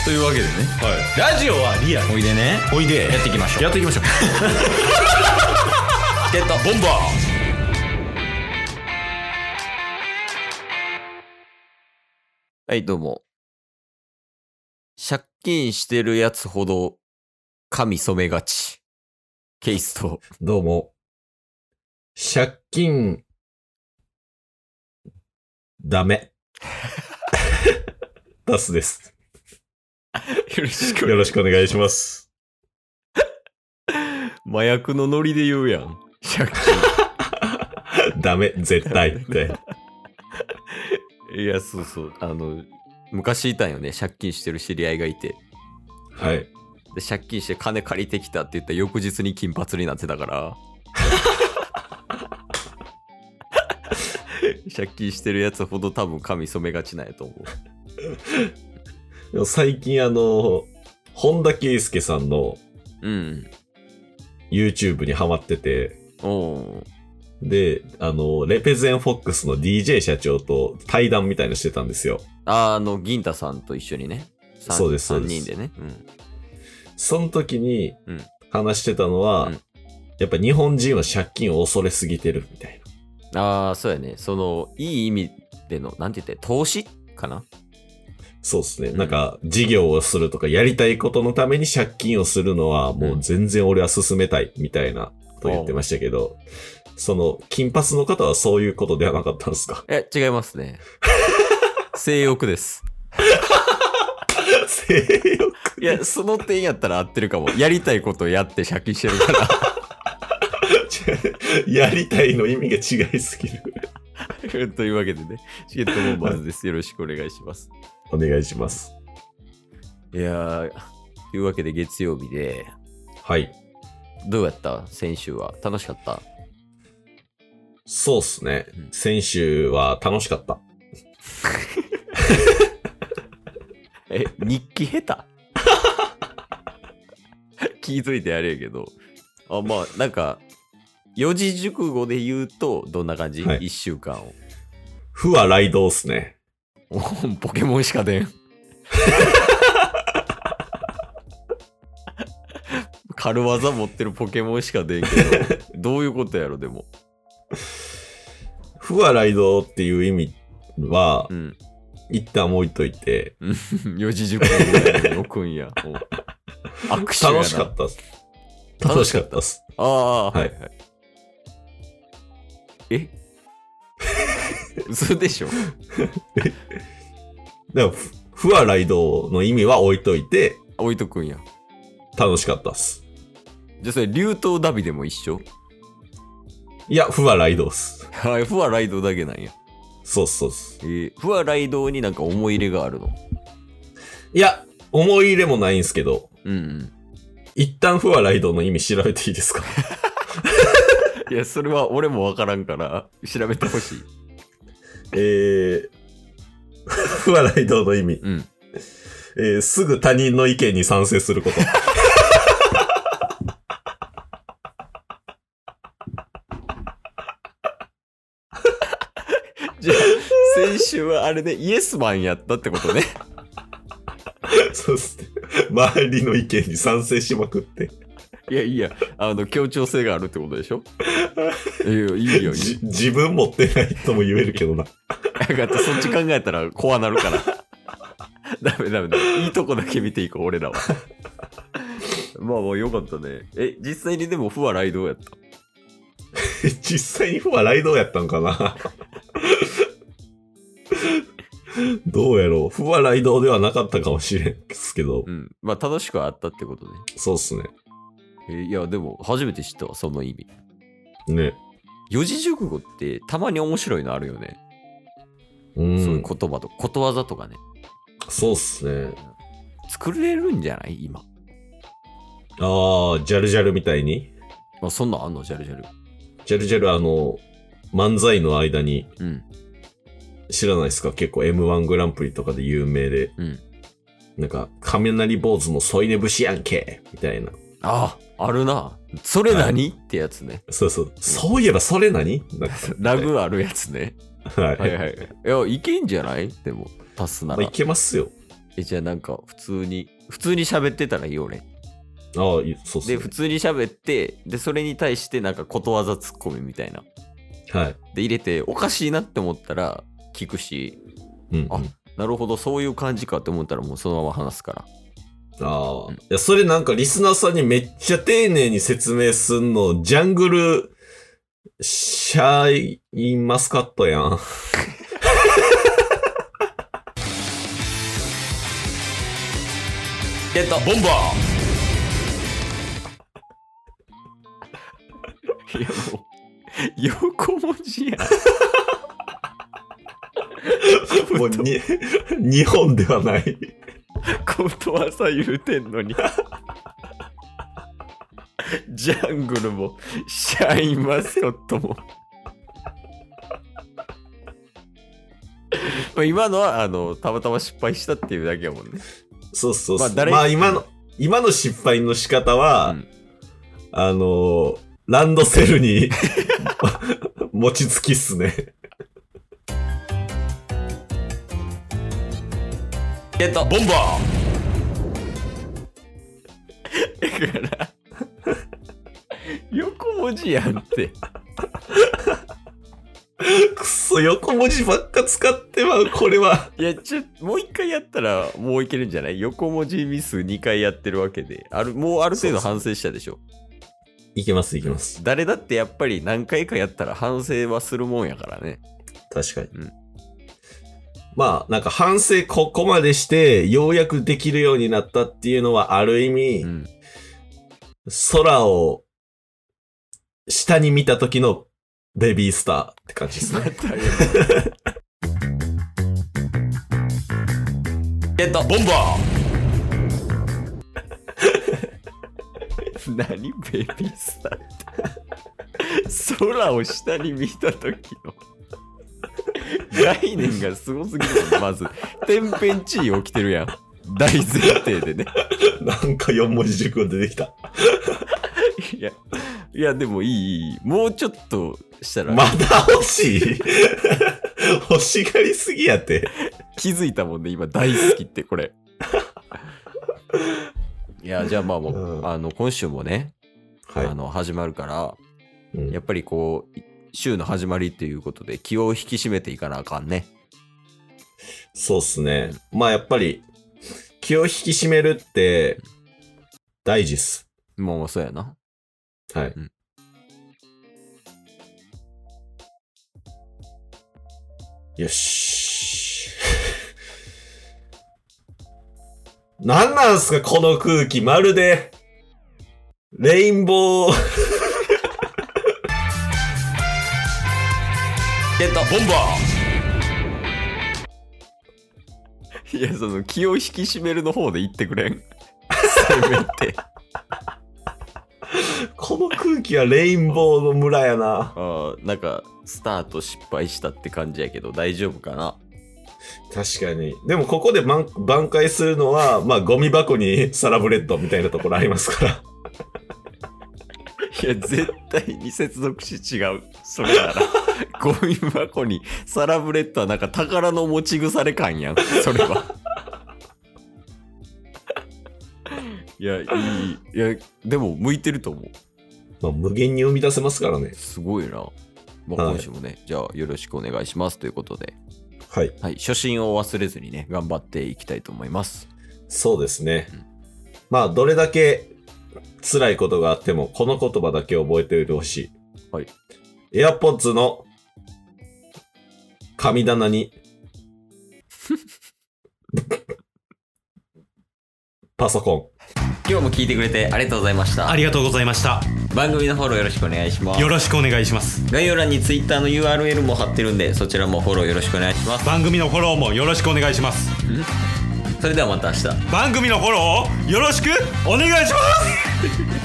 というわけでね、 はい、ラジオはリアル。 おいでね、 おいでやっていきましょう。 やっていきましょう。 ゲットボンバはい、どうも。借金してるやつほど髪染めがち。ケイスと。 どうも。借金、ダメ。タスです。 よろしく。 よろしくお願いします。 麻薬のノリで言うやん。借ダメ、絶対って。 金。いや、そうそう。昔いたんよね。借金してる知り合いがいて。 はい。 で、借金して金借りてきたって言ったら翌日に金髪になってたから。借金してるやつほど多分髪染めがちなんやと思う。 でも最近本田圭佑さんのうん。 YouTube にハマってて、 おー。 で、レペゼンフォックスの DJ 社長と対談みたいのしてたんですよ。 銀太さんと一緒にね。 そうですそうです 3人でね。うん。 その時にうん話してたのは、 うんやっぱ日本人は借金を恐れすぎてるみたいな。 そうやね。いい意味での、なんて言って、投資かな。 そうですね。 うんなんか、事業をするとか、やりたいことのために借金をするのは、もう全然俺は進めたい、みたいなこと言ってましたけど、金髪の方はそういうことではなかったんですか？ 違いますね。性欲です。 性欲。 いや、その点やったら合ってるかも。やりたいことをやって借金してるから。 やりたいの意味が違いすぎる。 というわけでね、チケットボンバーズです。よろしくお願いします。 お願いします。 いやー、というわけで月曜日で、 はい。 どうやった先週は。楽しかった？ そうっすね。 うん先週は楽しかった。 日記下手気づいてやれやけど。まあ、なんか、四字熟語で言うと、どんな感じ？ はい 1 週間を。 負は雷道っすね。 ポケモンしか出ん。軽技持ってるポケモンしか出んけど、どういうことやろ、でも。 負は雷道っていう意味は、 うん。 一旦置いといて、 四字熟語ぐらいに置くんや。握手やな。 楽しかったっす。楽しかったっす。 ああ、 はいはいはい。嘘でしょ？ でも、負は雷道の意味は置いといて、 置いとくんや。 楽しかったっす。 じゃあそれ、竜頭ダビでも一緒？ いや、負は雷道っす。 はい、不はライドだけなんや。 そうっすそうっす。 不はライドになんか思い入れがあるの？ いや、思い入れもないんすけど、 うんうん。 一旦負は雷道の意味調べていいですか？ いや、それは俺もわからんから、調べてほしい。 負は雷道の意味。 うん。 すぐ他人の意見に賛成すること。 じゃあ、先週はあれでイエスマンやったってことね。 そうっすね。周りの意見に賛成しまくって。 いやいや、協調性があるってことでしょ？いいよ、いいよ。 自分持ってないとも言えるけどな。 だってそっち考えたら怖なるから。ダメ。いいとこだけ見ていこう、俺らは。まあまあよかったね。実際にでも不はライドやった？ 実際に負は雷道やったんかな。どうやろう。負は雷道ではなかったかもしれんですけど。 うん。まあ楽しくはあったってことね。 そうっすね。 いや、でも初めて知ったわ、その意味。 ね。 四字熟語ってたまに面白いのあるよね。 うん。 そういう言葉とことわざとかね。 そうっすね。 作れるんじゃない今。 ああ、ジャルジャルみたいに。 そんなんあんの？ジャルジャル。 ジャルジャル漫才の間に、 うん。 知らないですか？結構 M1 グランプリとかで有名で。 うん。 なんか、雷坊主の添い寝節やんけみたいな。 あるな。それ何、ってやつね。 そうそう。そういえばそれ何なんかラグあるやつね。 はい。 はいはい。いや、いけんじゃない？でも、足すなら。 まあ、いけますよ。 じゃあなんか普通に喋ってたらいいよ俺。 ああ、そうっすね。 で、普通に喋って、で、それに対してなんかことわざツッコミみたいな。 はい。 で、入れて、おかしいなって思ったら聞くし、 うん、うん。 あ、なるほど、そういう感じかって思ったらもうそのまま話すから。 ああ、いや、それなんかリスナーさんにめっちゃ丁寧に説明すんの、ジャングル、シャインマスカットやん。 ボンバーいやもう、横文字やん。 もう日本ではない。 ことわざ言うてんのに。ジャングルも、シャインマスカットも。今のは、たまたま失敗したっていうだけやもんね。 そうそうそう。まあ今の失敗の仕方は、うん、ランドセルに餅つきっすね。 ボンバーだから横文字やんってくそ横文字ばっか使ってまうこれは。 いやもう一回やったらもういけるんじゃない？横文字ミス2回やってるわけでもうある程度反省したでしょ。 いけますいけます。 誰だってやっぱり何回かやったら反省はするもんやからね。 確かに、うん、まあなんか反省ここまでしてようやくできるようになったっていうのはある意味、うん、空を下に見た時のベビースターって感じですね。 ボンバー何ベビースターって空を下に見た時の概念がすごすぎる。まず天変地異起きてるやん、大前提でね。 なんか4文字熟語出てきた。 いやでもいいもうちょっとしたら。 まだ欲しい欲しがりすぎやって。 気づいたもんね今大好きってこれ。いやじゃあまあもう、うん、今週もね、はい、始まるから、うん、やっぱりこう週の始まりっていうことで気を引き締めていかなあかんね。 そうっすね。まあやっぱり気を引き締めるって大事っす。 もうそうやな。 はい、うん、よし。なんなんすかこの空気、まるでレインボーボンバー。いやその気を引き締めるの方で言ってくれん。せめて。 この空気はレインボーの村やな。 なんかスタート失敗したって感じやけど大丈夫かな。 確かに。でもここで挽回するのはまあゴミ箱にサラブレッドみたいなところありますから。 いや絶対に接続詞違う。それならゴミ箱にサラブレッドはなんか宝の持ち腐れ感やんそれは。いやでも向いてると思う。 まあ、無限に生み出せますからね。 すごいな。まあ、今週もね、はい、じゃあよろしくお願いしますということで、 はい、 はい、初心を忘れずにね頑張っていきたいと思います。 そうですね、うん、まあどれだけ辛いことがあってもこの言葉だけ覚えておいてほしい。 はい。 AirPods の神棚にパソコン。 今日も聞いてくれてありがとうございました。 ありがとうございました。 番組のフォローよろしくお願いします。 よろしくお願いします。 概要欄に Twitter の URL も貼ってるんでそちらもフォローよろしくお願いします。 番組のフォローもよろしくお願いします。 それではまた明日。 番組のフォローをよろしくお願いします。